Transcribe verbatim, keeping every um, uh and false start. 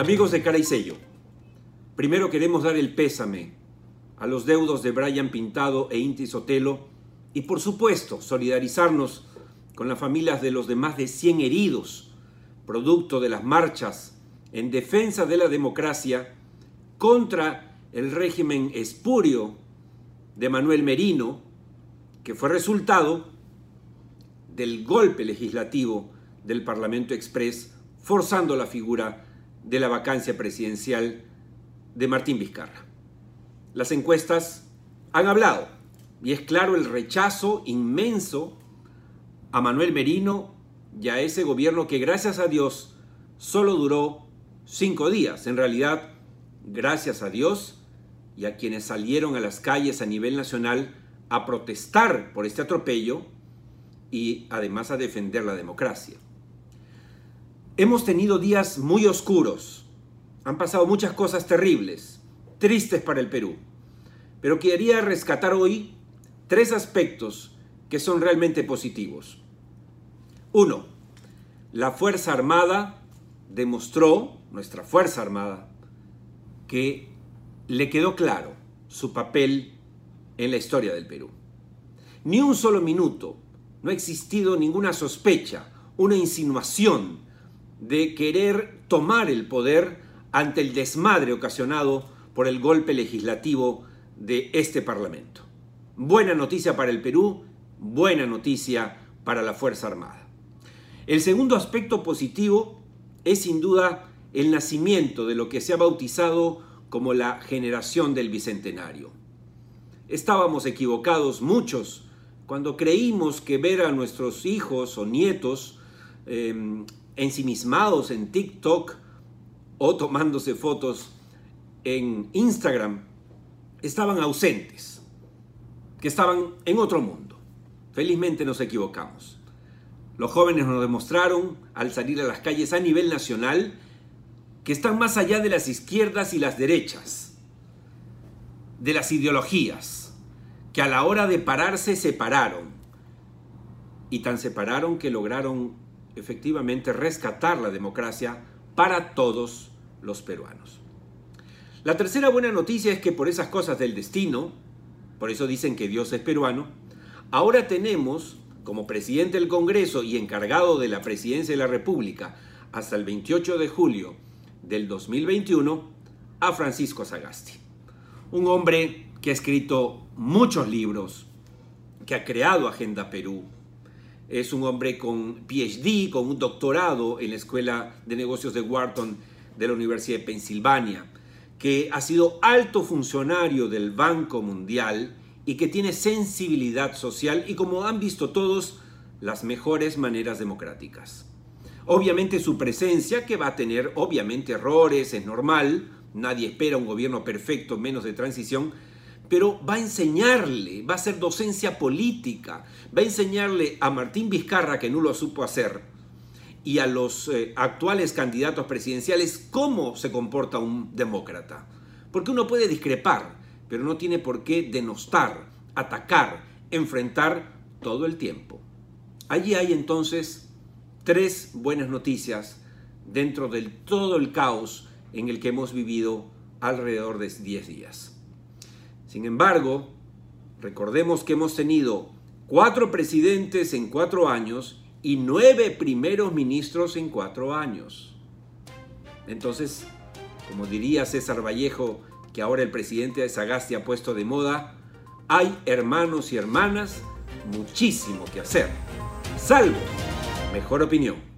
Amigos de Cara y Sello, primero queremos dar el pésame a los deudos de Brian Pintado e Inti Sotelo y, por supuesto, solidarizarnos con las familias de los de más de cien heridos, producto de las marchas en defensa de la democracia contra el régimen espurio de Manuel Merino, que fue resultado del golpe legislativo del Parlamento Express, forzando la figura de la vacancia presidencial de Martín Vizcarra. Las encuestas han hablado y es claro el rechazo inmenso a Manuel Merino y a ese gobierno que, gracias a Dios, solo duró cinco días. En realidad, gracias a Dios y a quienes salieron a las calles a nivel nacional a protestar por este atropello y además a defender la democracia. Hemos tenido días muy oscuros, han pasado muchas cosas terribles, tristes para el Perú, pero quería rescatar hoy tres aspectos que son realmente positivos. Uno, la Fuerza Armada demostró, nuestra Fuerza Armada, que le quedó claro su papel en la historia del Perú. Ni un solo minuto, no ha existido ninguna sospecha, una insinuación de querer tomar el poder ante el desmadre ocasionado por el golpe legislativo de este Parlamento. Buena noticia para el Perú, buena noticia para la Fuerza Armada. El segundo aspecto positivo es sin duda el nacimiento de lo que se ha bautizado como la generación del Bicentenario. Estábamos equivocados muchos cuando creímos que ver a nuestros hijos o nietos eh, ensimismados en TikTok o tomándose fotos en Instagram estaban ausentes, que estaban en otro mundo. Felizmente nos equivocamos. Los jóvenes nos demostraron al salir a las calles a nivel nacional que están más allá de las izquierdas y las derechas, de las ideologías, que a la hora de pararse se pararon y tan se pararon que lograron efectivamente rescatar la democracia para todos los peruanos. La tercera buena noticia es que por esas cosas del destino, por eso dicen que Dios es peruano, ahora tenemos como presidente del Congreso y encargado de la presidencia de la República hasta el veintiocho de julio del dos mil veintiuno a Francisco Sagasti, un hombre que ha escrito muchos libros, que ha creado Agenda Perú. Es un hombre con P H D, con un doctorado en la Escuela de Negocios de Wharton de la Universidad de Pensilvania, que ha sido alto funcionario del Banco Mundial y que tiene sensibilidad social y, como han visto todos, las mejores maneras democráticas. Obviamente su presencia, que va a tener obviamente errores, es normal, nadie espera un gobierno perfecto, menos de transición, pero va a enseñarle, va a hacer docencia política, va a enseñarle a Martín Vizcarra, que no lo supo hacer, y a los eh, actuales candidatos presidenciales cómo se comporta un demócrata. Porque uno puede discrepar, pero no tiene por qué denostar, atacar, enfrentar todo el tiempo. Allí hay entonces tres buenas noticias dentro de todo el caos en el que hemos vivido alrededor de diez días. Sin embargo, recordemos que hemos tenido cuatro presidentes en cuatro años y nueve primeros ministros en cuatro años. Entonces, como diría César Vallejo, que ahora el presidente de Sagasti ha puesto de moda, hay, hermanos y hermanas, muchísimo que hacer. Salvo mejor opinión.